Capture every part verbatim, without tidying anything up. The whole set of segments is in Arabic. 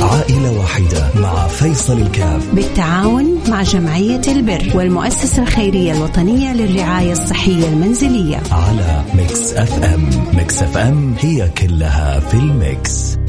عائلة واحدة مع فيصل الكاف بالتعاون مع جمعية البر والمؤسسة الخيرية الوطنية للرعاية الصحية المنزلية على ميكس اف ام. ميكس اف ام هي كلها في الميكس.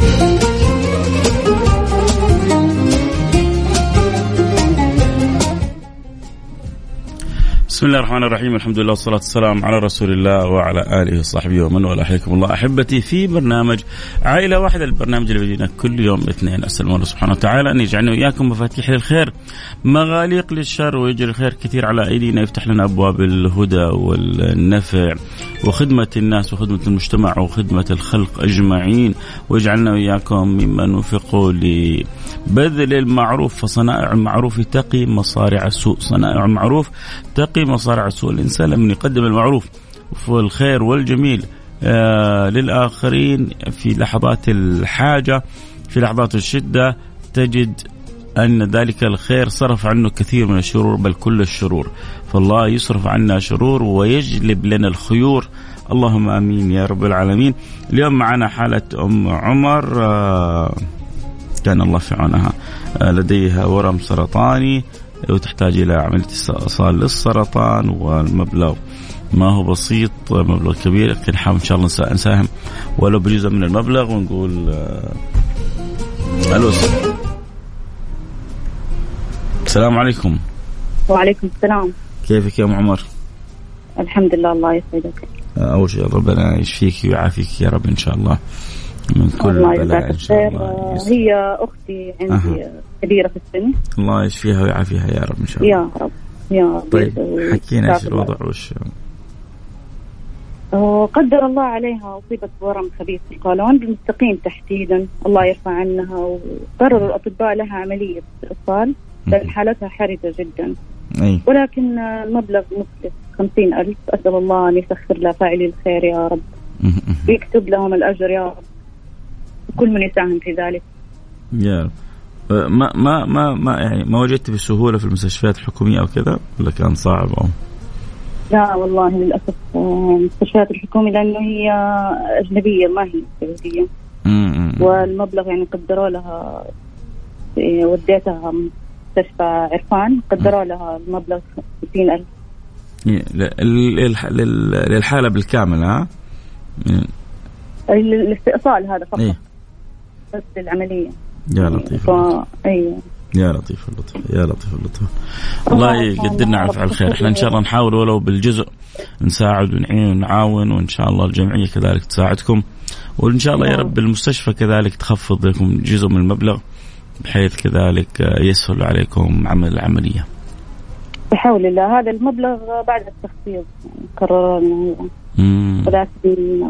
بسم الله الرحمن الرحيم. الحمد لله والصلاة والسلام على رسول الله وعلى آله وصحبه ومن والاه. حياكم الله أحبتي في برنامج عائلة واحدة، البرنامج اللي بيجينا كل يوم اثنين. أسأل الله سبحانه وتعالى أن يجعلنا وإياكم مفاتيح للخير مغاليق للشر، ويجعل الخير كثير على أيدينا، يفتح لنا أبواب الهدى والنفع وخدمة الناس وخدمة المجتمع وخدمة الخلق أجمعين، ويجعلنا وإياكم ممن وفقوا لبذل المعروف، فصنائع المعروف تقي مصارع السوء. صنائع المعروف تقي مصارع السوء. الإنسان لما يقدم المعروف والخير والجميل آه للآخرين في لحظات الحاجة، في لحظات الشدة، تجد أن ذلك الخير صرف عنه كثير من الشرور، بل كل الشرور. فالله يصرف عنا شرور ويجلب لنا الخيور، اللهم آمين يا رب العالمين. اليوم معنا حالة أم عمر آه كان الله في عونها، آه لديها ورم سرطاني وتحتاج إلى عملية استئصال للسرطان، والمبلغ ما هو بسيط، مبلغ كبير، لكن نحاول إن شاء الله نساهم ولو بجزء من المبلغ. ونقول آه ألو، السلام عليكم. وعليكم السلام. كيفك يا أم عمر؟ الحمد لله، الله يسعدك. أول شيء ربنا يشفيك ويعافيك يا رب إن شاء الله من كل بلاء إن شاء الله. هي أختي عندي أه. كبيرة في السن، الله يشفيها ويعافيها يا رب إن شاء الله. يا رب يا رب. طيب حكينا إيش الوضع وش قدر الله عليها، أصيبت بورم خبيث في القولون بالمستقيم تحديدا، الله يرفع عنها، وقرر الأطباء لها عملية استئصال لأن حالتها حرجة جدا. أي. ولكن المبلغ مكلف خمسين ألف. أسأل الله أن يسخر لها فاعلي الخير يا رب، يكتب لهم الأجر يا رب، كل من يساهم في ذلك يا رب. ما ما ما ما يعني ما وجدت بسهولة في المستشفيات الحكومية أو كذا، ولا كان صعب أو؟ لا والله للأسف المستشفيات الحكومية لأنه هي أجنبية ما هي سعودية، والمبلغ يعني قدروا لها، وديتها مستشفى عرفان قدروا لها المبلغ ستين ألف للحالة بالكامل. ها الاستئصال هذا فقط. إيه؟ بس العملية يا لطيف ف... أيوة. يا لطيف اللطف يا لطيف اللطف. الله يقدرنا على فعل الخير. احنا ان شاء الله نحاول ولو بالجزء نساعد ونعين ونعاون، وان شاء الله الجمعية كذلك تساعدكم، وان شاء الله يا رب المستشفى كذلك تخفض لكم جزء من المبلغ بحيث كذلك يسهل عليكم عمل العملية بحول الله. هذا المبلغ بعد التخفيض قرروا انه ولكن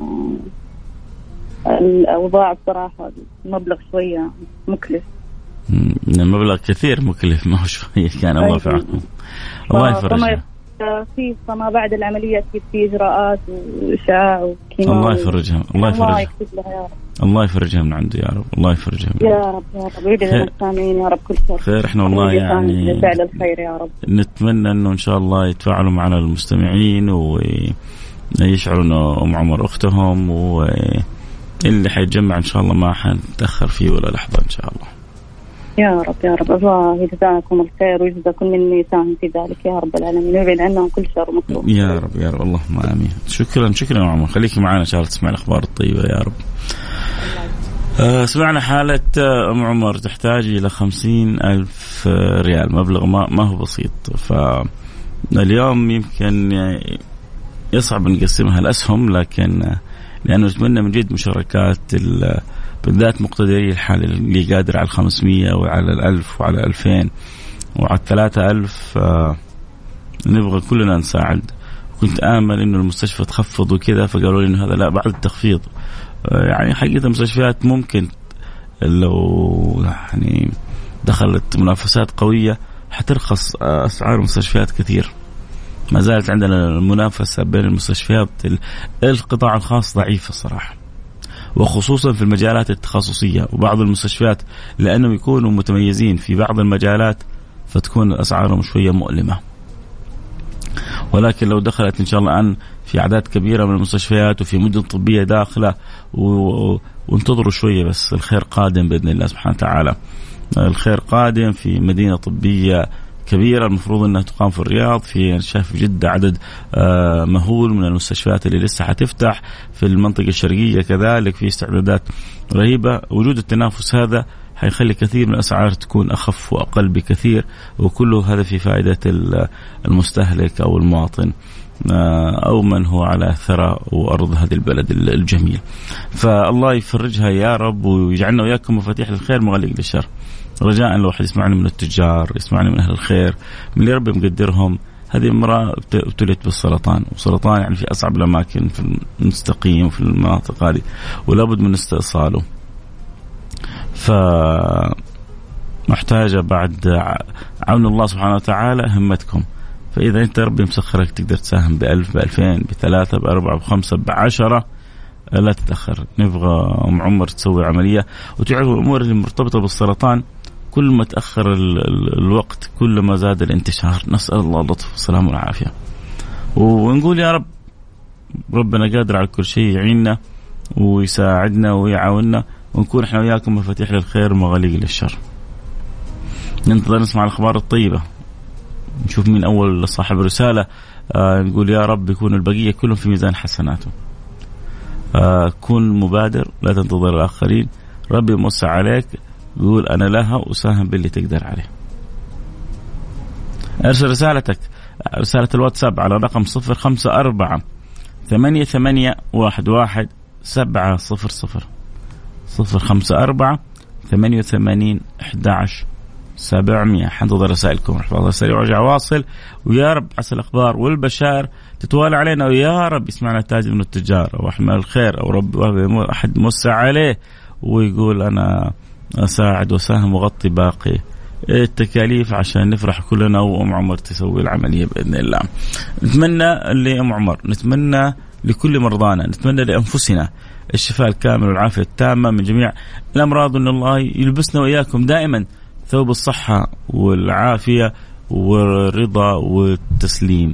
الأوضاع بصراحة المبلغ شوية مكلف. المبلغ كثير مكلف، ما هو شوية. كان الله في عونكم، الله يفرجها. في فما بعد العملية في إجراءات وإشعاع وكيماوي. الله يفرجها، الله يفرجها، الله يفرجها من عنده يا رب، الله يفرجها يا رب يا رب. ويدعي المسامعين يا رب كل شر خير. احنا والله يعني فعل الخير يا رب. نتمنى انه ان شاء الله يتفاعلوا معنا المستمعين ويشعروا انه ام عمر اختهم، واللي حيتجمع ان شاء الله ما حنتاخر فيه ولا لحظة ان شاء الله. يا رب يا رب. الله يجزاكم الخير ويجزا كل من يساهم في ذلك يا رب العالمين، ويبعد عنهم كل شر ومكروه يا رب يا رب. اللهم آمين. شكرا شكرا يا عمر، خليكي معنا إن شاء الله تسمع الأخبار الطيبة يا رب. آه سمعنا حالة أم عمر تحتاج إلى خمسين ألف ريال، مبلغ ما ما هو بسيط. فاليوم يمكن يصعب نقسمها الأسهم، لكن لأنه نتمنى من جد مشاركات بالذات مقتدري الحال اللي قادر على الخمسمية وعلى الألف وعلى الألفين وعلى الثلاثة ألف. آه نبغى كلنا نساعد. كنت آمل إنه المستشفى تخفض وكذا، فقالوا لي إنه هذا لا، بعد التخفيض. آه يعني حقيقة المستشفيات ممكن لو يعني دخلت منافسات قوية حترخص أسعار المستشفيات كثير. ما زالت عندنا المنافسة بين المستشفيات. القطاع الخاص ضعيف الصراحة، وخصوصا في المجالات التخصصية، وبعض المستشفيات لأنهم يكونوا متميزين في بعض المجالات فتكون أسعارهم شوية مؤلمة. ولكن لو دخلت إن شاء الله الآن في أعداد كبيرة من المستشفيات وفي مدن طبية داخلة وانتظروا شوية بس، الخير قادم بإذن الله سبحانه وتعالى. الخير قادم في مدينة طبية كبيرة المفروض أنها تقام في الرياض. في شايف في جدة عدد مهول من المستشفيات اللي لسه حتفتح، في المنطقة الشرقية كذلك في استعدادات رهيبة. وجود التنافس هذا حيخلي كثير من الأسعار تكون أخف وأقل بكثير، وكله هذا في فائدة المستهلك أو المواطن أو من هو على ثرى وأرض هذه البلد الجميل. فالله يفرجها يا رب، ويجعلنا وياكم مفاتيح للخير مغلق للشر. رجاء لو واحد يسمعني من التجار، يسمعني من أهل الخير، من اللي ربي مقدرهم. هذه امرأة ابتلت بالسرطان، وسرطان يعني في أصعب الأماكن، في المستقيم وفي المناطق هذه، ولابد من استئصاله. فمحتاجة بعد عون الله سبحانه وتعالى همتكم. فإذا أنت ربي مسخرك تقدر تساهم بألف بألفين بثلاثة بأربعة بخمسة بعشرة، لا تتأخر. نبغى أم عمر تسوي عملية. وتعرفوا الأمور اللي مرتبطة بالسرطان كل ما تأخر الوقت كل ما زاد الانتشار. نسأل الله اللطف والسلام والعافية، ونقول يا رب ربنا قادر على كل شيء، يعيننا ويساعدنا ويعاوننا، ونكون احنا وياكم مفاتيح للخير ومغاليق للشر. ننتظر نسمع الأخبار الطيبة، نشوف مين أول صاحب رسالة. آه نقول يا رب يكون البقية كلهم في ميزان حسناته. آه كن مبادر، لا تنتظر الآخرين. ربي موسع عليك، يقول أنا لها وساهم باللي تقدر عليه. أرسل رسالتك، رسالة الواتساب على رقم صفر خمسة أربعة ثمانية ثمانية واحد واحد سبعة صفر صفر صفر خمسة أربعة ثمانية ثمانين أحد عشر سبعمية. حنتظر رسائلكم. رحمة الله سريع ورجع واصل، ويا رب عسى الأخبار والبشار تتوالى علينا، ويا رب يسمعنا تاجر من التجار أو أحمل الخير أو رب أحد موسع عليه ويقول أنا أساعد وساهم وغطي باقي التكاليف عشان نفرح كلنا وأم عمر تسوي العملية بإذن الله. نتمنى لأم عمر، نتمنى لكل مرضانا، نتمنى لأنفسنا الشفاء الكامل والعافية التامة من جميع الأمراض، وأن الله يلبسنا وإياكم دائما ثوب الصحة والعافية والرضا والتسليم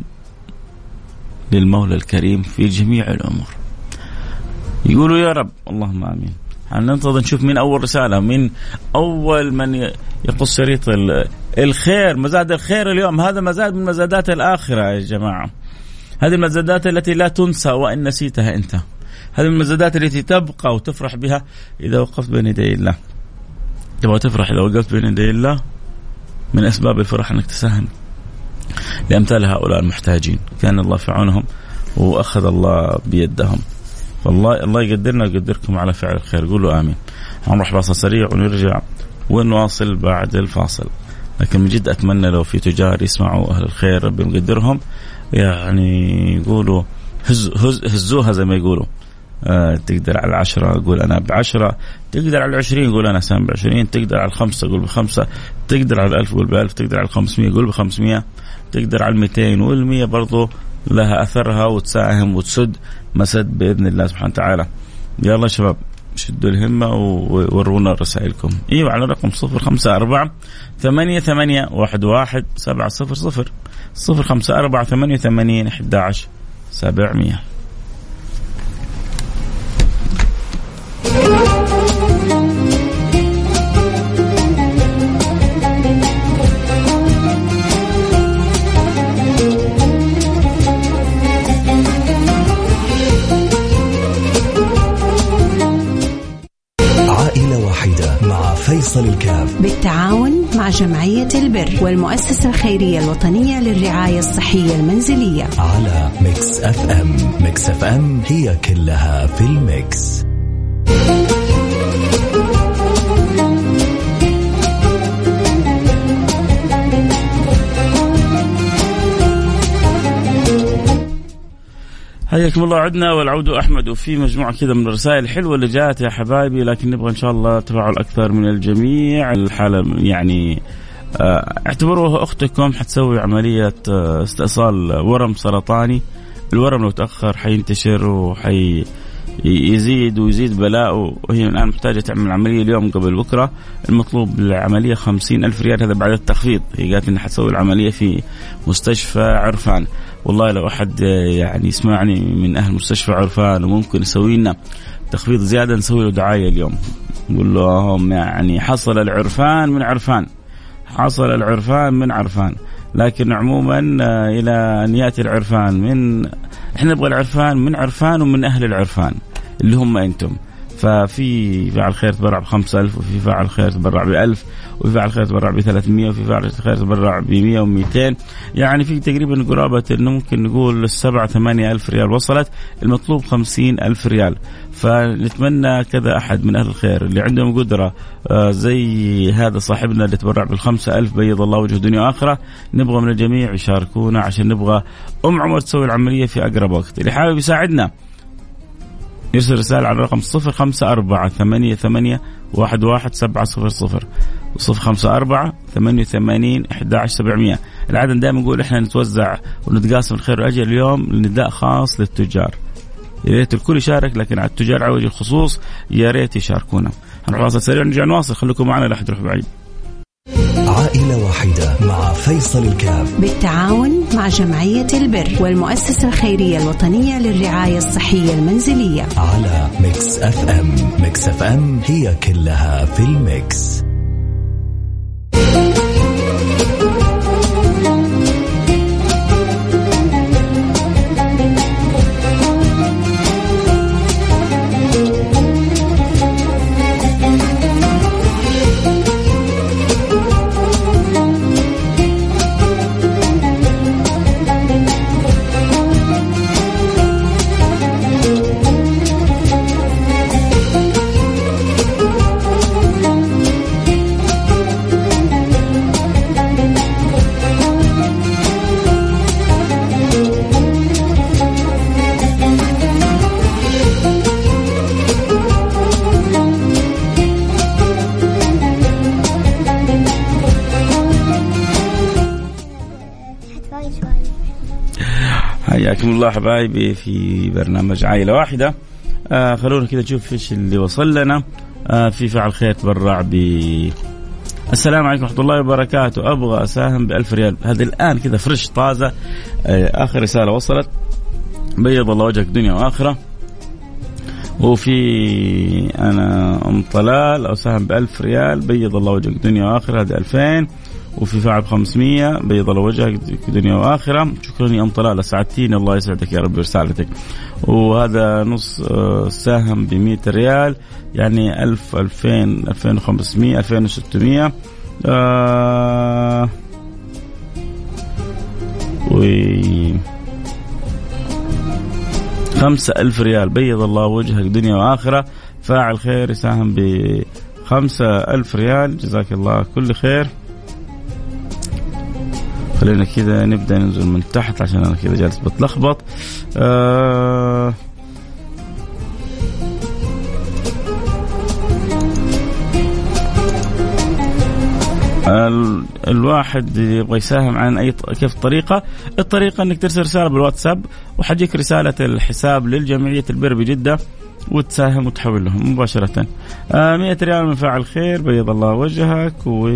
للمولى الكريم في جميع الأمور. يقولوا يا رب. اللهم آمين. هننتظر نشوف مين أول رسالة، مين أول من يقص شريط الخير. مزاد الخير اليوم هذا مزاد من مزادات الآخرة يا جماعة. هذه المزادات التي لا تنسى وإن نسيتها أنت. هذه المزادات التي تبقى وتفرح بها إذا وقفت بين يدي الله. تبغى تفرح إذا وقفت بين يدي الله، من أسباب الفرح أنك تساهم لأمثال هؤلاء المحتاجين، كان الله في عونهم وأخذ الله بيدهم. والله الله يقدرنا ويقدركم على فعل الخير. قولوا آمين. هنروح فاصل سريع ونرجع ونواصل بعد الفاصل. لكن من جد أتمنى لو في تجار يسمعوا أهل الخير ربي مقدرهم، يعني يقولوا هز هز هزوها زي ما يقولوا. آه تقدر على العشرة قول أنا بعشرة، تقدر على العشرين قول أنا سام بعشرين، تقدر على الخمسة قول بخمسة، تقدر على الألف قول بألف، تقدر على الخمسمية قول بخمسمية، تقدر على المئتين والمية برضو لها أثرها وتساهم وتسد مسد بإذن الله سبحانه وتعالى. يلا شباب شدوا الهمة وورونا رسائلكم. ايوه على رقم صفر خمسة أربعة ثمانية ثمانية واحد واحد سبعة صفر صفر صفر خمسة أربعة ثمانية ثمانين أحد عشر سبعمية. فيصل الكاف بالتعاون مع جمعية البر والمؤسسة الخيرية الوطنية للرعاية الصحية المنزلية على ميكس اف ام. ميكس اف ام هي كلها في الميكس. حياكم الله. عدنا والعود أحمد، وفي مجموعة كذا من الرسائل الحلوة اللي جاءت يا حبايبي، لكن نبغى إن شاء الله تفاعل أكثر من الجميع. الحالة يعني اعتبروها أختكم حتسوي عملية استئصال ورم سرطاني. الورم لو تأخر حينتشر وحي يزيد ويزيد بلاءه، وهي الآن محتاجة تعمل عملية اليوم قبل بكرة. المطلوب للعملية خمسين ألف ريال، هذا بعد التخفيض. هي قالت إنها حتسوي العملية في مستشفى عرفان. والله لو أحد يعني يسمعني من أهل مستشفى عرفان وممكن يسوي لنا تخفيض زيادة نسوي له دعاية اليوم، نقول له يعني حصل العرفان من عرفان، حصل العرفان من عرفان. لكن عموما إلى أن يأتي العرفان من، إحنا نبغى العرفان من عرفان ومن أهل العرفان اللي هم أنتم. ففي فاعل خير تبرع بخمسة ألف، وفي فاعل خير تبرع بألف، وفي فاعل خير تبرع بثلاثمية، وفي فاعل خير تبرع بمية ومئتين. يعني في تقريبا قرابة إنه ممكن نقول السبعة ثمانية ألف ريال وصلت، المطلوب خمسين ألف ريال. فنتمنى كذا أحد من أهل الخير اللي عندهم قدرة زي هذا صاحبنا اللي تبرع بالخمسة ألف، بيض الله وجه دنيا وآخرة، نبغى من الجميع يشاركونا عشان نبغى أم عمر تسوي العملية في أقرب وقت. اللي حابب يساعدنا يرسل رسالة على الرقم صفر خمسة أربعة ثمانية ثمانية واحد واحد سبعة صفر صفر صفر خمسة أربعة ثمانية ثمانين أحد عشر سبعمية. العادة دائما نقول إحنا نتوزع ونتقاسم الخير والأجر، اليوم نداء خاص للتجار، يا ريت الكل يشارك، لكن على التجار على وجه الخصوص يا ريت يشاركونا. هنواصل سريع ونرجع نواصل، خليكم معنا لا تروحوا بعيد. عائلة واحدة مع فيصل الكاف بالتعاون مع جمعية البر والمؤسسة الخيرية الوطنية للرعاية الصحية المنزلية على ميكس اف ام. ميكس اف ام هي كلها في الميكس. حياكم الله حبايبي في برنامج عائلة واحدة. آه خلونا كذا نشوف ايش اللي وصل لنا. آه في فعل خير تبرع ب السلام عليكم ورحمة الله وبركاته، أبغى أساهم بألف ريال. هذا الآن كذا فرش طازة. آه آخر رسالة وصلت، بيض الله وجهك دنيا وآخرة. وفي أنا أم طلال أساهم بألف ريال، بيض الله وجهك دنيا وآخرة، هذا ألفين. وفي فاعل بخمسمية، بيض الله وجهك دنيا وآخرة. شكرا يا أم طلال، أسعدتيني، الله يسعدك يا رب برسالتك. وهذا نص ساهم بمئة ريال، يعني ألف، ألفين، ألفين وخمسمية، ألفين وستمية. آه و خمسة ألف ريال، بيض الله وجهك دنيا وآخرة. فاعل خير يساهم بخمسة ألف ريال، جزاك الله كل خير. خلينا كذا نبدأ ننزل من تحت عشان أنا كذا جالس بتلخبط. آه الواحد يبغى يساهم عن أي كيف طريقة الطريقة أنك ترسل رسالة بالواتساب، وحجيك رسالة الحساب للجمعية البر بجدة وتساهم وتحول لهم مباشرة. آه مئة ريال من فاعل خير، بيض الله وجهك. و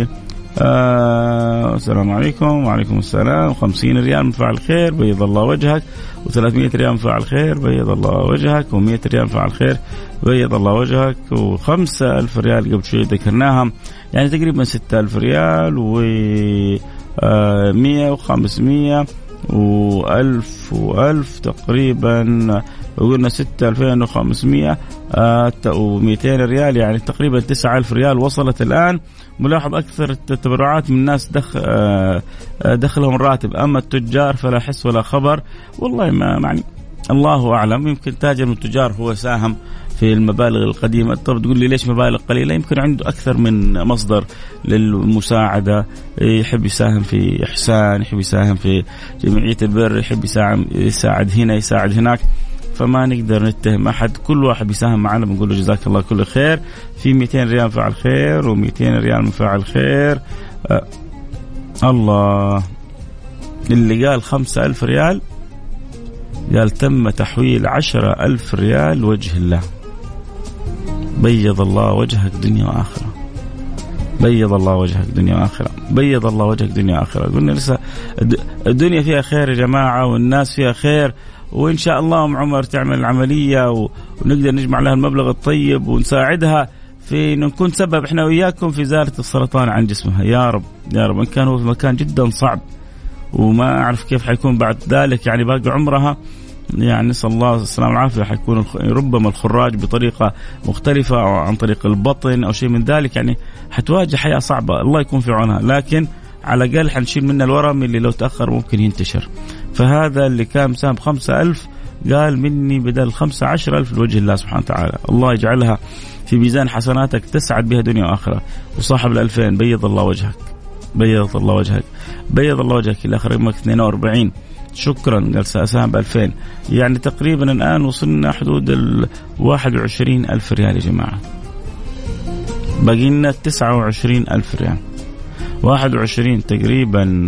آه السلام عليكم. وعليكم السلام. خمسين ريال من فاعل خير، بيض الله وجهك. وثلاثمائة ريال من فاعل خير، بيض الله وجهك. ومئة ريال من فاعل خير، بيض الله وجهك. وخمسة ألف ريال قبل شوي ذكرناها، يعني تقريبا ستة ألف ريال. و آه مية وخمسمية وألف وألف تقريبا، وقلنا ستة ألفين وخمسمية ومئتين ريال، يعني تقريبا تسعة ألف ريال وصلت الآن. ملاحظ أكثر التبرعات من الناس دخل دخلهم راتب، أما التجار فلا حس ولا خبر. والله ما معني، الله أعلم. يمكن تاجر من التجار هو ساهم في المبالغ القديمة. طب تقول لي ليش مبالغ قليلة؟ يمكن عنده أكثر من مصدر للمساعدة، يحب يساهم في إحسان، يحب يساهم في جمعية البر، يحب يساعد يساعد هنا يساعد هناك. فما نقدر نتهم أحد، كل واحد بيساهم معنا بنقول له جزاك الله كل خير. في مئتين ريال فاعل خير، ومئتين ريال من فاعل خير. أه الله، اللي قال خمسة ألف ريال قال تم تحويل عشرة ألف ريال وجه الله. بيض الله وجهك دنيا وآخرة، بيض الله وجهك دنيا وآخرة، بيض الله وجهك دنيا وآخرة. قلنا لسه الدنيا فيها خير يا جماعة، والناس فيها خير، وإن شاء الله أم عمر تعمل العملية ونقدر نجمع لها المبلغ الطيب ونساعدها في أن نكون سبب إحنا وإياكم في إزالة السرطان عن جسمها يا رب يا رب. إن كان هو في مكان جدا صعب وما أعرف كيف حيكون بعد ذلك يعني باقي عمرها، يعني نسأل الله السلامة والعافية، حيكون ربما الخراج بطريقة مختلفة أو عن طريق البطن أو شيء من ذلك، يعني حتواجه حياة صعبة الله يكون في عونها، لكن على الأقل حنشيل منها الورم اللي لو تأخر ممكن ينتشر. فهذا اللي كان مساهم خمسة ألف قال مني بدل خمسة عشر ألف لوجه الله سبحانه وتعالى، الله يجعلها في ميزان حسناتك تسعد بها دنيا وآخرة. وصاحب الألفين بيض الله وجهك بيض الله وجهك بيض الله وجهك إلى آخر رقمك اثنين وأربعين، شكرا قال سأساهم بألفين، يعني تقريبا الآن وصلنا حدود ال واحد وعشرين ألف ريال يا جماعة، باقي لنا تسعة وعشرين ألف ريال، واحد وعشرين تقريبا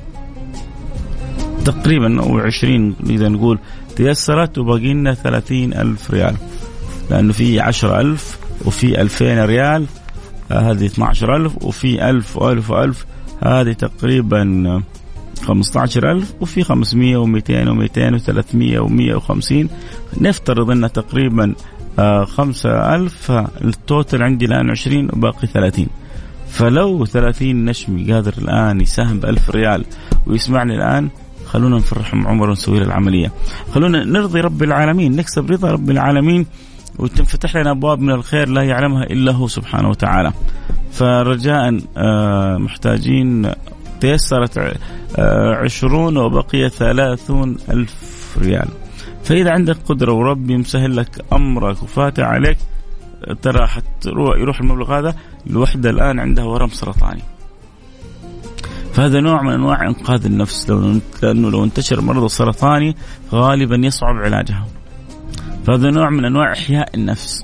تقريبا أو عشرين نقدر نقول تيسرت، وباقي لنا ثلاثين ألف ريال لأنه في عشرة ألف وفي ألفين ريال، هذه اثنا عشر ألف وفي ألف وألف وألف، هذه تقريبا خمسة عشر ألف، وفي خمسمية ومئتين ومئتين وثلاثمية ومئة وخمسين، نفترض أن تقريبا خمسة ألف، التوتل عندي الآن عشرين وباقي ثلاثين. فلو ثلاثين نشمي قادر الآن يساهم بألف ريال ويسمعني الآن، خلونا نفرح أم عمر ونسوي له العملية، خلونا نرضي رب العالمين، نكسب رضا رب العالمين وتنفتح لنا أبواب من الخير لا يعلمها إلا هو سبحانه وتعالى. فرجاء محتاجين تيسرت عشرون وبقي ثلاثون ألف ريال. فإذا عندك قدرة وربي مسهل لك أمرك وفاتح عليك، ترى حتروح يروح المبلغ هذا الوحدة الآن عندها ورم سرطاني، فهذا نوع من أنواع إنقاذ النفس، لأنه لو انتشر مرض السرطاني غالبا يصعب علاجها، فهذا نوع من أنواع إحياء النفس.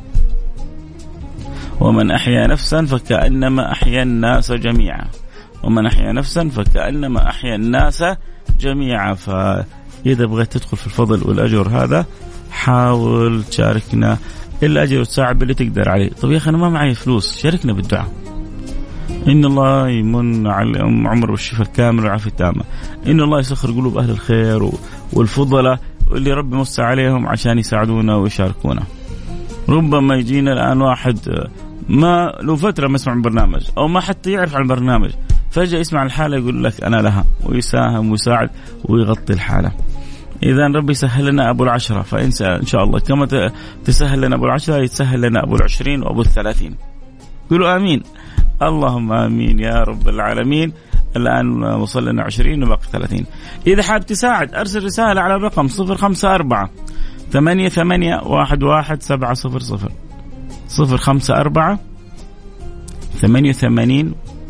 ومن أحيا نفسا فكأنما أحيا الناس جميعا، ومن أحيا نفسا فكأنما أحيا الناس جميعا. فإذا بغيت تدخل في الفضل والأجر هذا، حاول تشاركنا الأجر وتساعد باللي تقدر عليه. طب يا أخي أنا ما معي فلوس، شاركنا بالدعاء، إن الله يمن على أم عمر بالشفاء الكامل والعافية التامة، إن الله يسخر قلوب أهل الخير والفضلة واللي ربي موسع عليهم عشان يساعدونا ويشاركونا. ربما يجينا الآن واحد ما له فترة ما يسمع البرنامج أو ما حتى يعرف عن البرنامج، فجأة يسمع الحالة يقول لك أنا لها، ويساهم ويساعد ويغطي الحالة. إذا ربي يسهل لنا أبو العشرة، فإنسى إن شاء الله كما تسهل لنا أبو العشرة يتسهل لنا أبو العشرين وأبو الثلاثين. قولوا آمين، اللهم آمين يا رب العالمين. الآن وصل لنا عشرين وباقي ثلاثين. إذا حاب تساعد أرسل رسالة على الرقم صفر خمسة أربعة ثمانية ثمانية واحد واحد سبعة صفر صفر صفر خمسة أربعة ثمانية ثمانين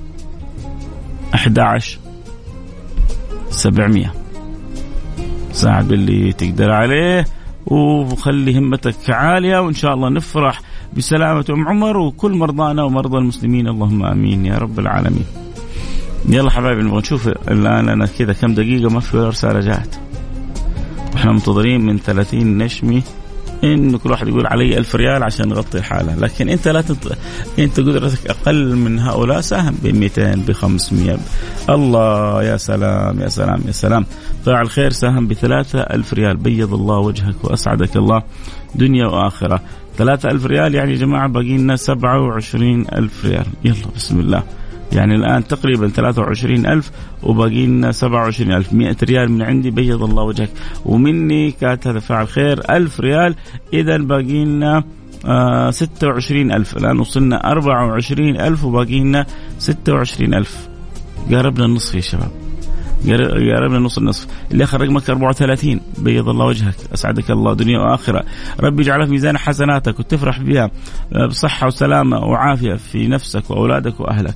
أحد عشر سبعمية. ساعد باللي تقدر عليه وخلي همتك عالية، وإن شاء الله نفرح بسلامة أم عمر وكل مرضانا ومرضى المسلمين، اللهم آمين يا رب العالمين. يلا حبايبي نبغى نشوف الآن أنا كذا كم دقيقة ما في رسالة جاءت، وإحنا منتظرين من ثلاثين نشمي إن كل واحد يقول علي ألف ريال عشان نغطي الحالة، لكن أنت لا تط... أنت قدرتك أقل من هؤلاء، ساهم بمئتين بخمسمية. الله يا سلام يا سلام يا سلام. فاعل خير ساهم بثلاثة ألف ريال، بيض الله وجهك وأسعدك الله دنيا وآخرة. ثلاثة ألف ريال يعني يا جماعة باقي لنا سبعة وعشرين ألف ريال. يلا بسم الله، يعني الآن تقريبا ثلاثة وعشرين ألف وباقي لنا سبعة وعشرين ألف. مئة ريال من عندي بيض الله وجهك، ومني كانت هذا فاعل خير ألف ريال، إذا باقي لنا آه ستة وعشرين ألف. الآن وصلنا أربعة وعشرين ألف وباقي لنا ستة وعشرين ألف. قربنا النصف يا شباب، قربنا نص النصف. اللي آخر رقمك أربعة وثلاثين، بيض الله وجهك أسعدك الله دنيا وآخرة. ربي يجعلها في ميزان حسناتك وتفرح بها بصحة وسلامة وعافية في نفسك وأولادك وأهلك،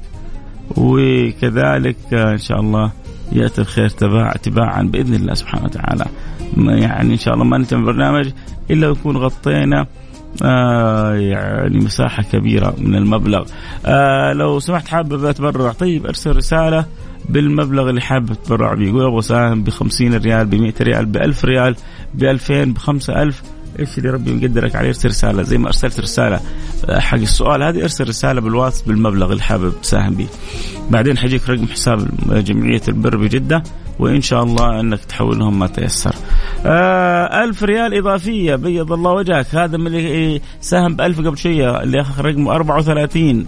وكذلك إن شاء الله يأتي الخير تباع تباعا بإذن الله سبحانه وتعالى. يعني إن شاء الله ما ننتهي من البرنامج إلا يكون غطينا آه يعني مساحة كبيرة من المبلغ. آه لو سمحت حابب أتبرع، طيب أرسل رسالة بالمبلغ اللي حابب تبرع بيه. يقول أبغى ساهم بخمسين ريال، بمئة ريال، بألف ريال، بألفين، بخمسة ألف. إيش اللي ربي مقدرك عليه ارسل رسالة زي ما أرسلت رسالة حق السؤال هذه، ارسل رسالة بالواتس بالمبلغ اللي حابب تساهم به. بعدين حيجيك رقم حساب جمعية البر بجدة وإن شاء الله أنك تحول لهم ما تيسر. آه ألف ريال إضافية بيض الله وجهك. هذا من اللي ساهم بألف قبل شوية اللي أخذ رقمه أربعة وثلاثين.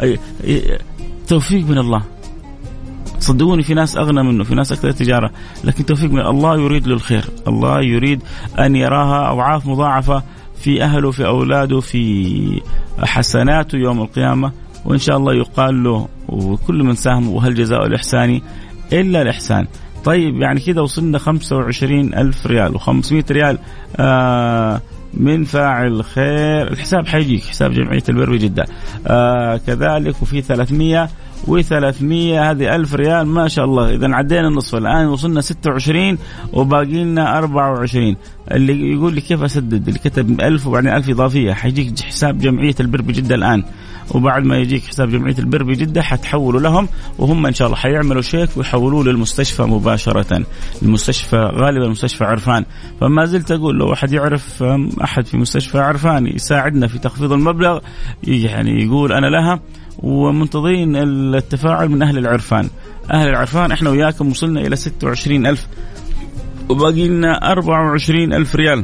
توفيق من الله. صدقوني في ناس أغنى منه، في ناس أكثر تجارة، لكن توفيق من الله. يريد له الخير، الله يريد أن يراها أضعاف مضاعفة في أهله، في أولاده، في حسناته يوم القيامة. وإن شاء الله يقال له وكل من ساهم وهل جزاء الإحسان إلا الإحسان. طيب يعني كده وصلنا خمسة وعشرين ألف ريال وخمسمائة ريال آه من فاعل خير. الحساب حيجيك حساب جمعية البر بجدة آه كذلك، وفي ثلاثمائة وثلاثمائة هذه ألف ريال ما شاء الله. إذا عدينا النصف، الآن وصلنا ستة وعشرين وباقي لنا أربعة وعشرين. اللي يقول لي كيف أسدد، اللي كتب ألف وبعدين ألف إضافية، حيجيك حساب جمعية البر بجدة الآن، وبعد ما يجيك حساب جمعية البر بجدة حتحولوا لهم، وهم إن شاء الله حيعملوا شيك ويحولوه للمستشفى مباشرة. المستشفى غالبا مستشفى عرفان. فما زلت أقول لو أحد يعرف أحد في مستشفى عرفان يساعدنا في تخفيض المبلغ، يعني يقول أنا لها. ومنتظرين التفاعل من أهل العرفان. أهل العرفان إحنا وياكم وصلنا إلى ستة وعشرين ألف وباقي لنا أربعة وعشرين ألف ريال.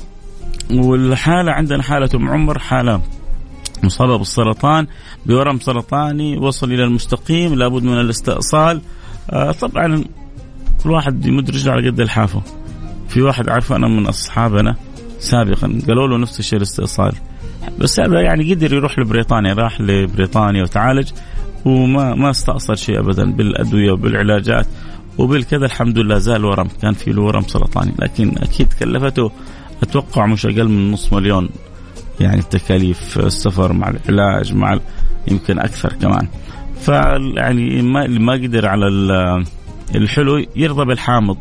والحالة عندنا حالة أم عمر، حالة مصابة بالسرطان بورم سرطاني وصل إلى المستقيم، لابد من الاستئصال. آه طبعا كل واحد يمد رجله على قد الحافة. في واحد عارف أنا من أصحابنا سابقا قالوا له نفس الشيء الاستئصال، بس يعني قدر يروح لبريطانيا، راح لبريطانيا وتعالج وما ما استأصل شيء أبدا بالأدوية وبالعلاجات وبالكذا. الحمد لله زال ورم، كان في له ورم سرطاني، لكن أكيد كلفته أتوقع مش أقل من نص مليون، يعني التكاليف السفر مع العلاج مع يمكن أكثر كمان. فيعني ما ما قدر على الحلو يرضى بالحامض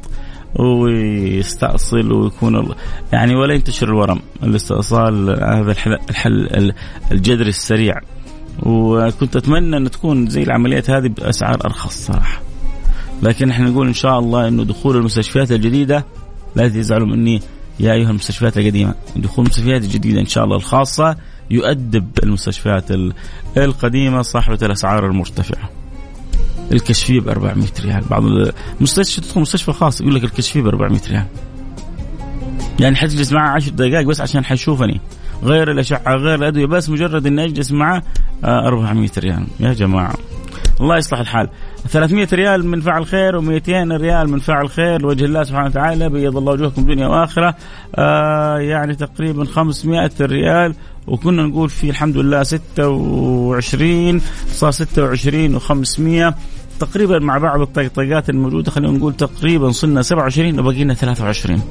ويستأصل ويكون يعني ولا ينتشر الورم. الاستئصال هذا الحل, الحل الجذري السريع، وكنت أتمنى أن تكون زي العمليات هذه بأسعار أرخص صراحة. لكن احنا نقول إن شاء الله إنه دخول المستشفيات الجديدة، لا تزعلوا مني يا أيها المستشفيات القديمة، دخول المستشفيات الجديدة إن شاء الله الخاصة يؤدب المستشفيات القديمة صاحبة الأسعار المرتفعة. الكشفية بأربعمائة ريال، بعض المستشفى تدخل مستشفى خاص يقول لك الكشفية بأربعمائة ريال، يعني حتجلس معه عشر دقائق بس عشان حيشوفني، غير الأشعة غير الأدوية، بس مجرد إني أجلس معه أربعمائة ريال. يا جماعة الله يصلح الحال. ثلاثمائة ريال من فاعل خير ومئتين ريال من فاعل خير لوجه الله سبحانه وتعالى، بيض الله وجوهكم دنيا وآخرة. آه يعني تقريبا خمسمائة ريال، وكنا نقول فيه الحمد لله ستة وعشرين، صار ستة وعشرين وخمسمائة تقريبا مع بعض الطقطقات الموجودة. خلينا نقول تقريبا صلنا سبعة وعشرين وبقينا ثلاثة وعشرين.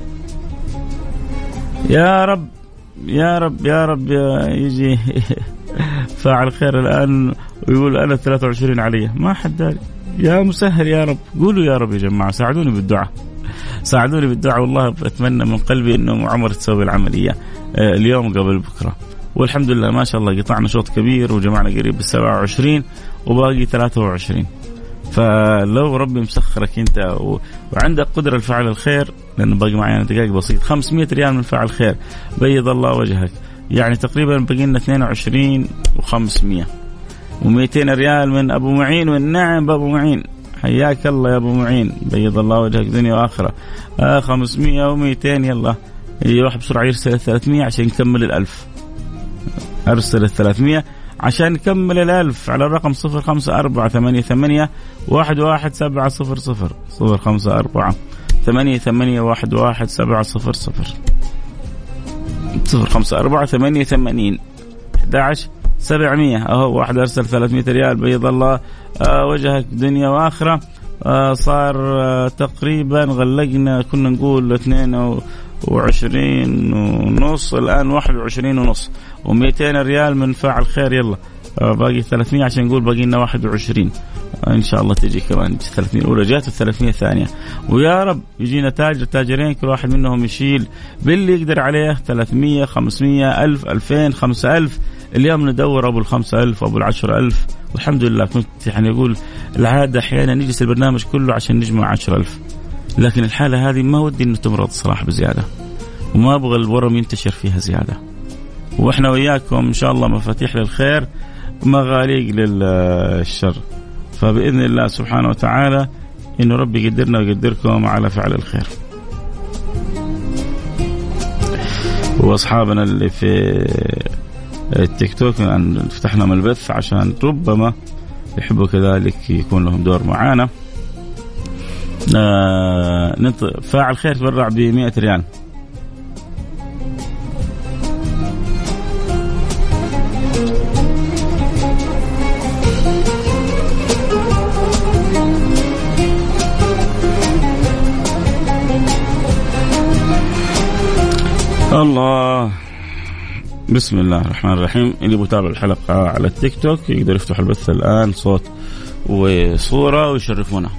يا رب يا رب يا رب يجي فاعل خير الآن ويقول أنا ثلاثة وعشرين عليه، ما حد داري. يا مسهل يا رب، قولوا يا رب يا جماعة، ساعدوني بالدعاء، ساعدوني بالدعاء. والله أتمنى من قلبي إنه عمر تسوي العملية اليوم قبل بكرة. والحمد لله ما شاء الله قطعنا شوط كبير وجمعنا قريب بالسبعة وعشرين وباقي ثلاثة وعشرين. فلو ربي مسخرك أنت و... وعندك قدرة لفعل الخير، لأنه باقي معي دقائق بسيط، خمسمائة ريال من فعل خير بيض الله وجهك، يعني تقريبا باقي لنا اثنين وعشرين وخمسمائة، ومئتين ريال من أبو معين. والنعم بأبو معين، حياك الله يا أبو معين، بيض الله وجهك دنيا وآخرة. آه خمسمائة ومئتين، يلا يروح بسرعة يرسل الثلاثمائة عشان نكمل الألف. أرسل الثلاثمائة عشان نكمل الألف على الرقم صفر خمسة أربعة ثمانية ثمانية واحد واحد سبعة صفر صفر صفر خمسة أربعة ثمانية ثمانية واحد واحد سبعة صفر صفر صفر خمسة أربعة ثمانية ثمانين أحد عشر سبعمائة. أهو واحد أرسل ثلاثمائة ريال، بيض الله آه وجهك دنيا وآخرة. آه صار آه تقريبا غلقنا، كنا نقول اثنين وعشرين ونص، الآن واحد وعشرين ونص، ومئتين ريال من فاعل خير. يلا آه باقي ثلاثمائة عشان نقول باقي لنا واحد وعشرين. آه إن شاء الله تجي كمان ثلاثمائة الأولى جات والثلاثمائة الثانية، ويا رب يجينا تاجر تاجرين كل واحد منهم يشيل باللي يقدر عليه ثلاثمائة خمسمائة ألف ألفين خمسة ألف. اليوم ندور أبو الخمسة ألف أبو العشرة ألف، والحمد لله. كنت يعني يقول العادة أحيانا نجلس البرنامج كله عشان نجمع عشرة ألف، لكن الحالة هذه ما ودي إنه تمرض صراحة بزيادة، وما أبغى الورم ينتشر فيها زيادة. وإحنا وياكم إن شاء الله مفاتيح للخير مغاليق للشر، فبإذن الله سبحانه وتعالى إنه ربي يقدرنا ويقدركم على فعل الخير. وأصحابنا اللي في التيك توك أن فتحنا من البث عشان ربما يحبوا كذلك يكون لهم دور معانا. آه فاعل خير تبرع بمئة ريال. الله. بسم الله الرحمن الرحيم. اللي بيتابع الحلقة على التيك توك يقدر يفتح البث الآن صوت وصورة ويشرفونا.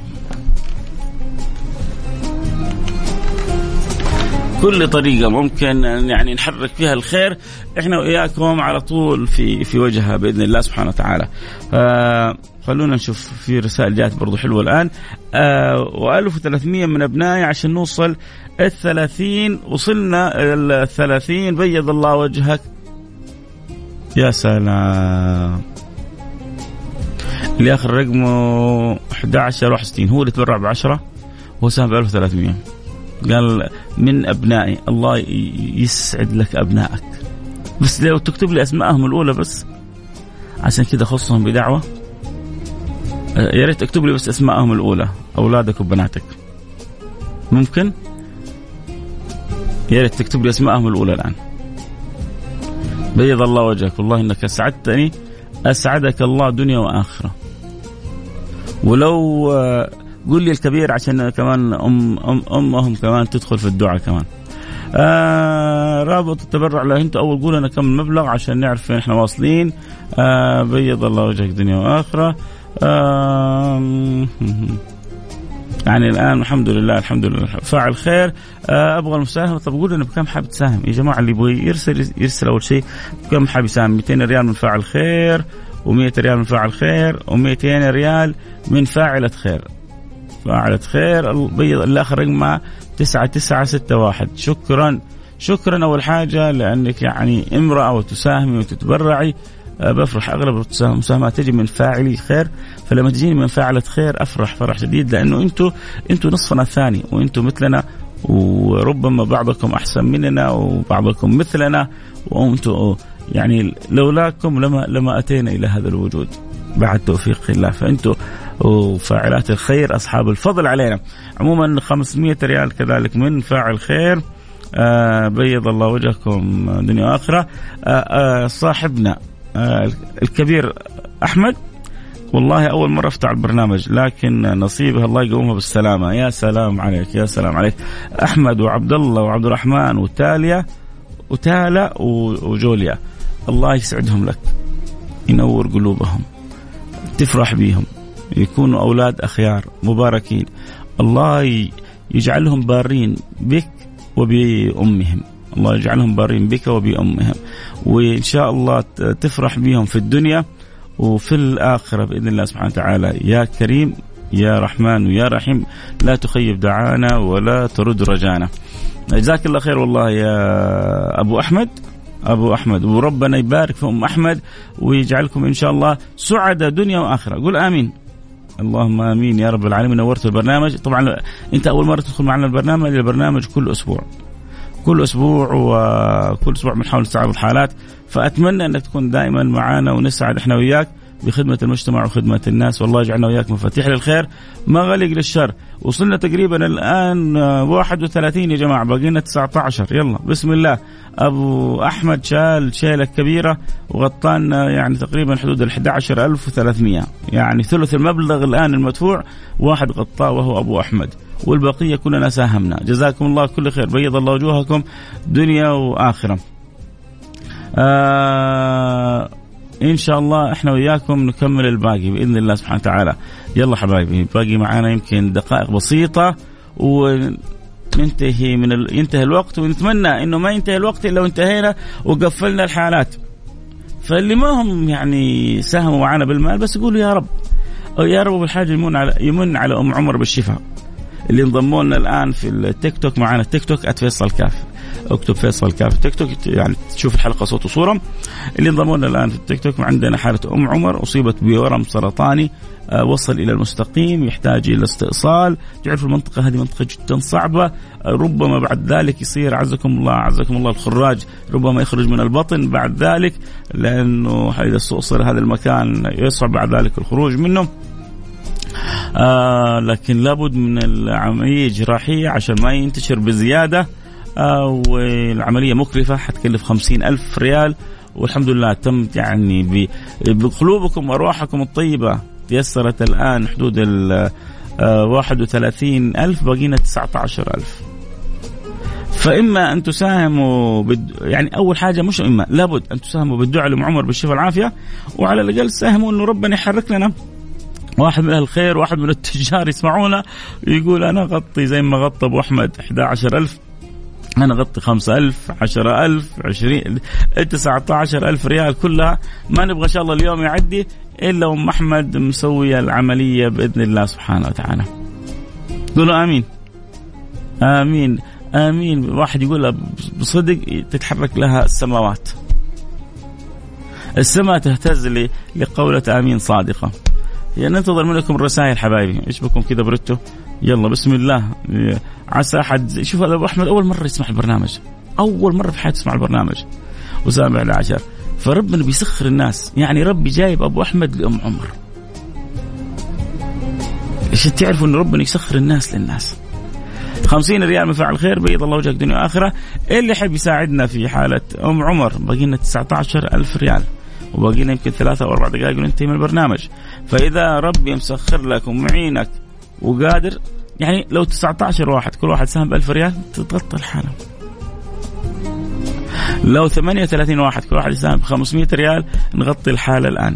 كل طريقة ممكن يعني نحرك فيها الخير احنا وإياكم على طول في في وجهها بإذن الله سبحانه وتعالى. آه خلونا نشوف في رسائل جات برضو حلوة الآن. آه وألف وثلاثمية من أبنائي عشان نوصل الثلاثين. وصلنا الثلاثين بيض الله وجهك. يا سلام. اللي آخر رقمه أحد عشر واحد وستين هو اللي تبرع بعشرة هو سهم بألف وثلاثمية. قال من أبنائي. الله يسعد لك أبنائك. بس لو تكتب لي أسمائهم الأولى بس عشان كده خصهم بدعوة. يا ريت اكتب لي بس أسمائهم الأولى أولادك وبناتك. ممكن يا ريت تكتب لي أسمائهم الأولى الآن. بيض الله وجهك. والله إنك أسعدتني. أسعدك الله دنيا وآخرة. ولو قول لي الكبير عشان كمان أم أم أمهم كمان تدخل في الدعاء كمان. آه رابط التبرع له أنت أول قول أنا كم المبلغ عشان نعرف فين إحنا واصلين. آه بيض الله وجهك دنيا وآخرة. آه يعني الآن الحمد لله الحمد لله فاعل خير. آه أبغى المساهمة. طب قول أنا بكم حاب تساهم يا جماعة. اللي يبغى يرسل يرسل أول شيء بكم حاب يساهم. مئتين ريال من فاعل خير ومئة ريال من فاعل خير ومئتين ريال من فاعلة خير. فاعلة خير بيض الآخر رقم تسعة تسعة ستة واحد. شكرا شكرا أول حاجة لأنك يعني امرأة وتساهمي وتتبرعي. بفرح. أغلب المساهمات تجي من فاعلي خير فلما تجيني من فاعلة خير أفرح فرح شديد لأنه أنتوا أنتوا نصفنا الثاني وأنتوا مثلنا وربما بعضكم أحسن مننا وبعضكم مثلنا وأنتوا يعني لولاكم لما لما أتينا إلى هذا الوجود بعد توفيق الله. فأنتوا وفاعلات الخير أصحاب الفضل علينا. عموما خمسمائة ريال كذلك من فاعل خير. آه بيض الله وجهكم دنيا وآخرة. آه آه صاحبنا آه الكبير أحمد. والله أول مرة أفتح البرنامج لكن نصيبه الله يقومها بالسلامة. يا سلام عليك يا سلام عليك أحمد وعبد الله وعبد الرحمن وتاليا وتالا وجوليا. الله يسعدهم لك ينور قلوبهم تفرح بيهم يكونوا أولاد أخيار مباركين. الله يجعلهم بارين بك وبأمهم. الله يجعلهم بارين بك وبأمهم وإن شاء الله تفرح بهم في الدنيا وفي الآخرة بإذن الله سبحانه وتعالى. يا كريم يا رحمن ويا رحيم لا تخيب دعانا ولا ترد رجانا. جزاك الله خير والله يا أبو أحمد أبو أحمد. وربنا يبارك في أم أحمد ويجعلكم إن شاء الله سعداء دنيا وآخرة. قول آمين. اللهم آمين يا رب العالمين. نورت البرنامج. طبعا أنت أول مرة تدخل معنا البرنامج. البرنامج كل أسبوع كل أسبوع وكل أسبوع بنحاول نستعرض الحالات. فأتمنى أنك تكون دائما معنا ونسعد إحنا وياك بخدمة المجتمع وخدمة الناس. والله يجعلنا وياك مفاتيح للخير مغالق للشر. وصلنا تقريبا الآن واحد وثلاثين يا جماعة باقينا تسعة عشر. يلا بسم الله. أبو أحمد شال شيلة كبيرة وغطانا يعني تقريبا حدود الأحد عشر ألف وثلاثمائة يعني ثلث المبلغ الآن المدفوع واحد غطاه وهو أبو أحمد والبقية كلنا ساهمنا. جزاكم الله كل خير. بيض الله وجوهكم دنيا وآخرة. آه إن شاء الله إحنا وياكم نكمل الباقي بإذن الله سبحانه وتعالى. يلا حبايبي باقي معانا يمكن دقائق بسيطة وننتهي من ال... ينتهي الوقت ونتمنى إنه ما ينتهي الوقت إلا وانتهينا وقفلنا الحالات. فاللي ما هم يعني ساهموا معنا بالمال بس يقولوا يا رب أو يا رب بالحاجة يمن على يمن على أم عمر بالشفاء. اللي انضموا لنا الآن في التيك توك معنا التيك توك @فيصل كاف، اكتب فيصل كاف تيك توك يعني تشوف الحلقة صوت وصورة. اللي انضموا لنا الآن في التيك توك عندنا حالة أم عمر أصيبت بورم سرطاني أه وصل إلى المستقيم، يحتاج إلى استئصال. تعرف المنطقة هذه منطقة جدا صعبة، أه ربما بعد ذلك يصير عزكم الله عزكم الله الخراج ربما يخرج من البطن بعد ذلك، لأنه إذا استؤصل هذا المكان يصعب بعد ذلك الخروج منه. آه لكن لابد من العملية الجراحية عشان ما ينتشر بزيادة، آه والعملية مكلفة حتكلف خمسين ألف ريال، والحمد لله تم يعني بقلوبكم وأرواحكم الطيبة تيسرت الآن حدود ال واحد وثلاثين ألف، بقينا تسعة عشر ألف. فإما أن تساهموا بد... يعني أول حاجة مش إما لابد أن تساهموا بالدعاء لأم عمر بالشفاء والعافية، وعلى الأقل ساهموا إنه ربنا يحرك لنا واحد من أهل الخير، واحد من التجار يسمعونا يقول أنا غطي زي ما غطى أبو أحمد أحد عشر ألف، أنا غطي خمسة ألف عشرة ألف عشرين تسعة عشر ألف ريال كلها. ما نبغى إن شاء الله اليوم يعدي إلا أم أحمد مسوية العملية بإذن الله سبحانه وتعالى. قولوا آمين آمين آمين. واحد يقول بصدق تتحرك لها السماوات، السماء تهتز لي لقولة آمين صادقة. يعني ننتظر منكم الرسائل حبايبي، إيش بكم كذا برتو؟ يلا بسم الله. عسى أحد شوف هذا أبو أحمد أول مرة يسمع البرنامج، أول مرة في حياته يسمع البرنامج وسامع العشر، فربنا بيسخر الناس. يعني ربي جايب أبو أحمد لأم عمر عشان تعرفوا إن ربنا يسخر الناس للناس. خمسين ريال من فعل خير بيض الله وجهك دنيا آخرة. اللي يحب يساعدنا في حالة أم عمر بقينا تسعة عشر ألف ريال، وباقينا يمكن ثلاثة أو أربع دقائق وننتهي من البرنامج. فإذا ربي مسخر لك ومعينك وقادر، يعني لو تسعة عشر واحد كل واحد سهم بألف ريال تتغطى الحالة. لو ثمانية وثلاثين واحد كل واحد يساهم بخمسمائة ريال نغطي الحالة الآن.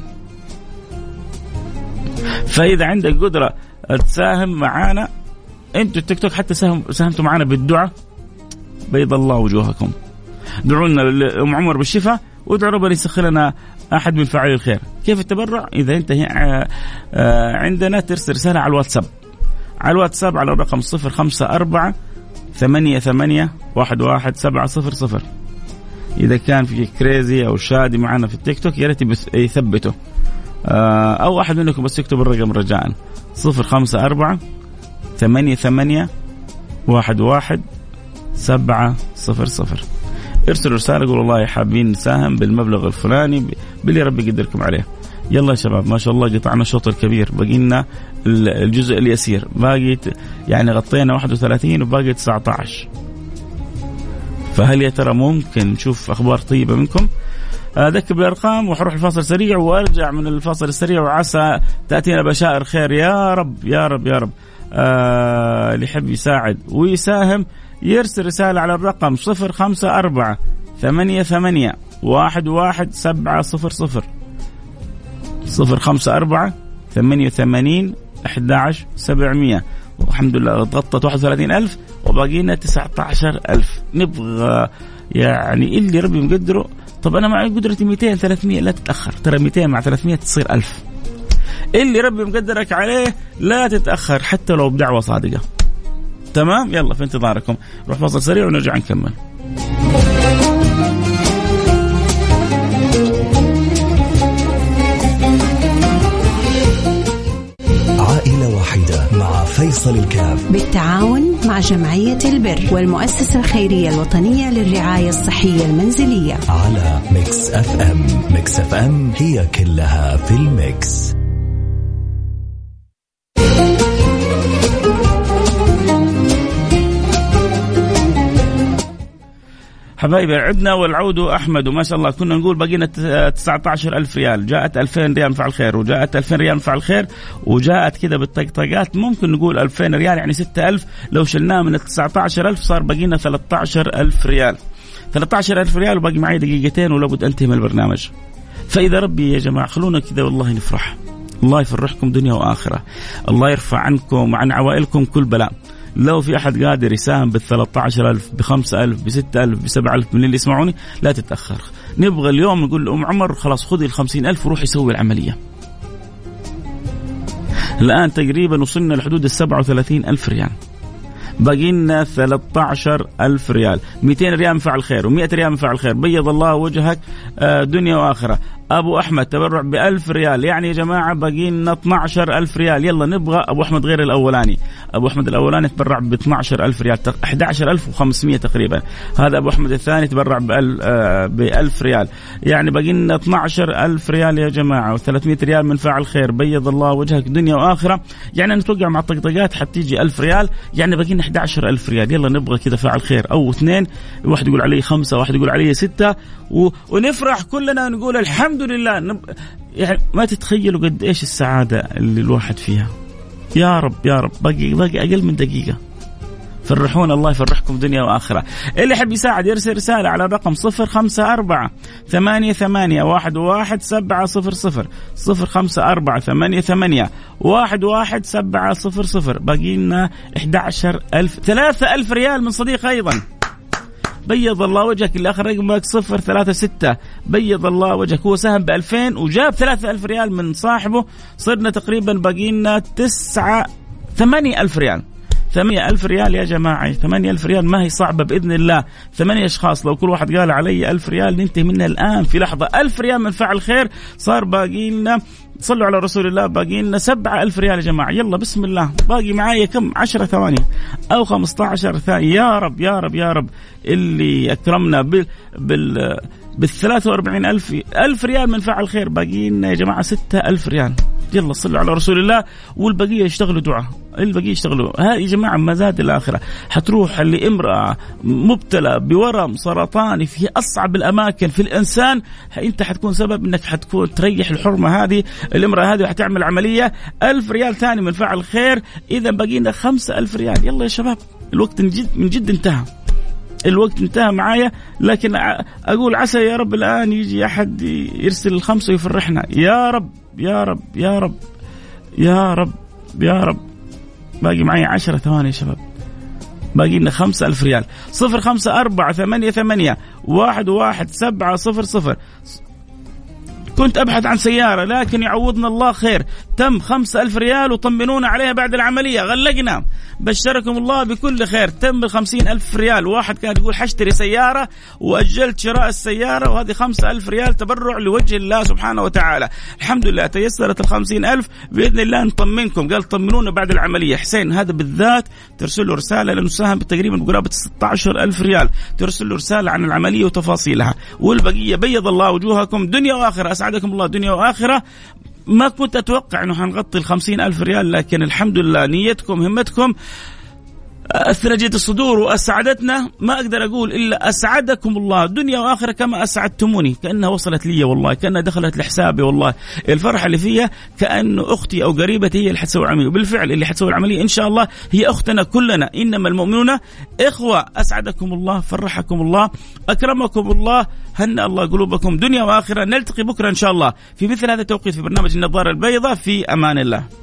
فإذا عندك قدرة تساهم معانا أنتوا التيك توك حتى ساهم ساهمتوا معانا بالدعاء بيض الله وجوهكم. دعونا لأم عمر بالشفاء وادعوا ربنا يسخر لنا أحد من فاعلي الخير. كيف التبرع؟ إذا أنت عندنا ترسل رسالة على الواتساب، على الواتساب على الرقم صفر خمسة أربعة ثمانية ثمانية واحد واحد سبعة صفر صفر. إذا كان في كريزي أو شادي معنا في التيك توك يا ريت يثبته، أو أحد منكم بس يكتب الرقم رجاء صفر خمسة أربعة ثمانية ثمانية واحد واحد سبعة صفر صفر. ارسلوا رسالة قولوا والله حابين نساهم بالمبلغ الفلاني باللي ربي يقدركم عليه. يلا يا شباب ما شاء الله قطعنا الشوط الكبير، بقينا الجزء اليسير، باقي يعني غطينا واحد وثلاثين وباقي تسعة عشر. فهل يا ترى ممكن نشوف أخبار طيبة منكم؟ أذكر بالأرقام وحروح الفاصل سريع وأرجع من الفاصل السريع وعسى تأتينا بشائر خير يا رب يا رب يا رب. آه اللي يحب يساعد ويساهم يرسل رسالة على الرقم صفر خمسة أربعة ثمانية ثمانية واحد واحد سبعة صفر صفر صفر خمسة أربعة ثمانية ثمانين أحد عشر سبعمية. والحمد لله تغطت واحد وثلاثين ألف وباقينا تسعة عشر ألف. نبغى يعني اللي ربي مقدره. طب أنا معي قدرتي مئتين ثلاثمية لا تتأخر، ترى مئتين مع ثلاثمية تصير ألف. اللي ربي مقدرك عليه لا تتأخر حتى لو بدعوة صادقة. تمام يلا في انتظاركم. نروح فاصل سريع ونرجع نكمل. عائلة واحدة مع فيصل الكاف بالتعاون مع جمعية البر والمؤسسة الخيرية الوطنية للرعاية الصحية المنزلية على ميكس اف ام. ميكس اف ام هي كلها في الميكس. حبايبي عدنا والعود أحمد وما شاء الله كنا نقول بقينا تسعة عشر ألف ريال، جاءت ألفين ريال فعل خير وجاءت ألفين ريال فعل خير وجاءت كده بالطقطقات ممكن نقول ألفين ريال يعني ستة ألف. لو شلناه من التسعة عشر ألف صار بقينا ثلاثة عشر ألف ريال. ثلاثة عشر ألف ريال وباقي معي دقيقتين ولابد أنتهي من البرنامج. فإذا ربي يا جماعة خلونا كده والله نفرح، الله يفرحكم دنيا وآخرة، الله يرفع عنكم وعن عوائلكم كل بلاء. لو في أحد قادر يساهم بالثلاثة عشر ألف بخمسة ألف بستة ألف بسبعة ألف من اللي يسمعوني لا تتأخر. نبغى اليوم نقول لأم عمر خلاص خذي الخمسين ألف وروح يسوي العملية. الآن تقريبا وصلنا لحدود السبعة وثلاثين ألف ريال. باقي لنا ثلاثة عشر ألف ريال. مئتين ريال من فعل خير ومئة ريال من فعل خير. بيض الله وجهك دنيا وآخرة. أبو أحمد تبرع بألف ريال. يعني يا جماعة باقي لنا اثنا عشر ألف ريال. يلا نبغى أبو أحمد غير الأولاني. أبو أحمد الأولاني تبرع ب اثنا عشر ألف ريال، أحد عشر ألف وخمسمئة تقريبا. هذا أبو أحمد الثاني تبرع بألف ريال. يعني باقي لنا اثنا عشر ألف ريال يا جماعة، وثلاثمئة ريال من فاعل خير. بيض الله وجهك دنيا وآخرة. يعني نتوقع مع الطقطقات حتيجي ألف ريال، يعني باقي لنا أحد عشر ألف ريال. يلا نبغى كذا فاعل خير أو اثنين، واحد يقول عليه خمسة واحد يقول عليه ستة، و... ونفرح كلنا ونقول الحمد لله. نب... يعني ما تتخيلوا قد إيش السعادة اللي الواحد فيها. يا رب يا رب باقي باقي أقل من دقيقة. فرحون، الله يفرحكم دنيا وآخرة. اللي يحب يساعد يرسل رسالة على الرقم صفر خمسة أربعة ثمانية ثمانية واحد واحد سبعة صفر صفر صفر خمسة أربعة ثمانية ثمانية واحد واحد سبعة صفر صفر. باقي لنا أحد عشر ألف، ثلاثة ألف ريال من صديق أيضا. بيض الله وجهك اللي آخر رقمك صفر ثلاثة ستة. بيض الله وجهك، هو سهم بألفين وجاب ثلاثة ألف ريال من صاحبه. صرنا تقريبا باقي لنا تسعة ثمانية ألف ريال. ثمانية ألف ريال يا جماعة، ثمانية ألف ريال ما هي صعبة بإذن الله. ثمانية أشخاص لو كل واحد قال علي ألف ريال ننتهي منها الآن في لحظة. ألف ريال من فعل خير. صار باقي لنا، صلوا على رسول الله، باقي لنا سبعة ألف ريال يا جماعة. يلا بسم الله، باقي معايا كم؟ عشرة ثواني أو خمسة عشر ثانية. يا رب يا رب يا رب اللي أكرمنا بال بال بالثلاثة وأربعين ألف ألف ريال من فعل خير. باقي لنا يا جماعة ستة ألف ريال. يلا صلوا على رسول الله، والبقية يشتغلوا دعاء. البقية يشتغلوا. هذه يا جماعة مزاد الآخرة. حتروح لامرأة مبتلى بورم سرطاني في أصعب الأماكن في الإنسان، أنت حتكون سبب أنك حتكون تريح الحرمة هذه الامرأة هذه وحتعمل عملية. ألف ريال ثاني من فعل خير. إذا بقينا خمسة ألف ريال. يلا يا شباب الوقت من جد من جد انتهى. الوقت انتهى معايا، لكن أقول عسى يا رب الآن يجي أحد يرسل الخمسة ويفرحنا. يا رب يا رب يا رب يا رب يا رب. باقي معي عشرة ثواني يا شباب. باقي لنا خمسة ألف ريال. صفر خمسة أربعة ثمانية ثمانية واحد واحد سبعة صفر صفر. كنت أبحث عن سيارة لكن يعوضنا الله خير. تم خمسة ألف ريال وطمنونا عليها بعد العملية. غلقنا. بشركم الله بكل خير. تم الخمسين ألف ريال. واحد كان يقول حشتري سيارة وأجلت شراء السيارة، وهذه خمسة ألف ريال تبرع لوجه الله سبحانه وتعالى. الحمد لله تيسرت الخمسين ألف بإذن الله. نطمنكم. قال طمنونا بعد العملية. حسين هذا بالذات ترسل له رسالة لأنه ساهم تقريبا بقرابة ستة عشر ألف ريال. ترسل له رسالة عن العملية وتفاصيلها. والبقية بيض الله وجوهكم دنيا وآخرة. أسعدكم الله دنيا وآخرة. ما كنت أتوقع أنه هنغطي الخمسين ألف ريال، لكن الحمد لله نيتكم همتكم أثلجت الصدور وأسعدتنا. ما أقدر أقول إلا أسعدكم الله دنيا وآخرة كما أسعدتموني. كأنها وصلت لي والله، كأنها دخلت لحسابي والله. الفرحة اللي فيها كأنه أختي أو قريبتي هي اللي حتسوي العملية. وبالفعل اللي حتسوي العملية إن شاء الله هي أختنا كلنا. إنما المؤمنون إخوة. أسعدكم الله، فرحكم الله، أكرمكم الله، هنأ الله قلوبكم دنيا وآخرة. نلتقي بكرة إن شاء الله في مثل هذا التوقيت في برنامج النظارة البيضاء. في أمان الله.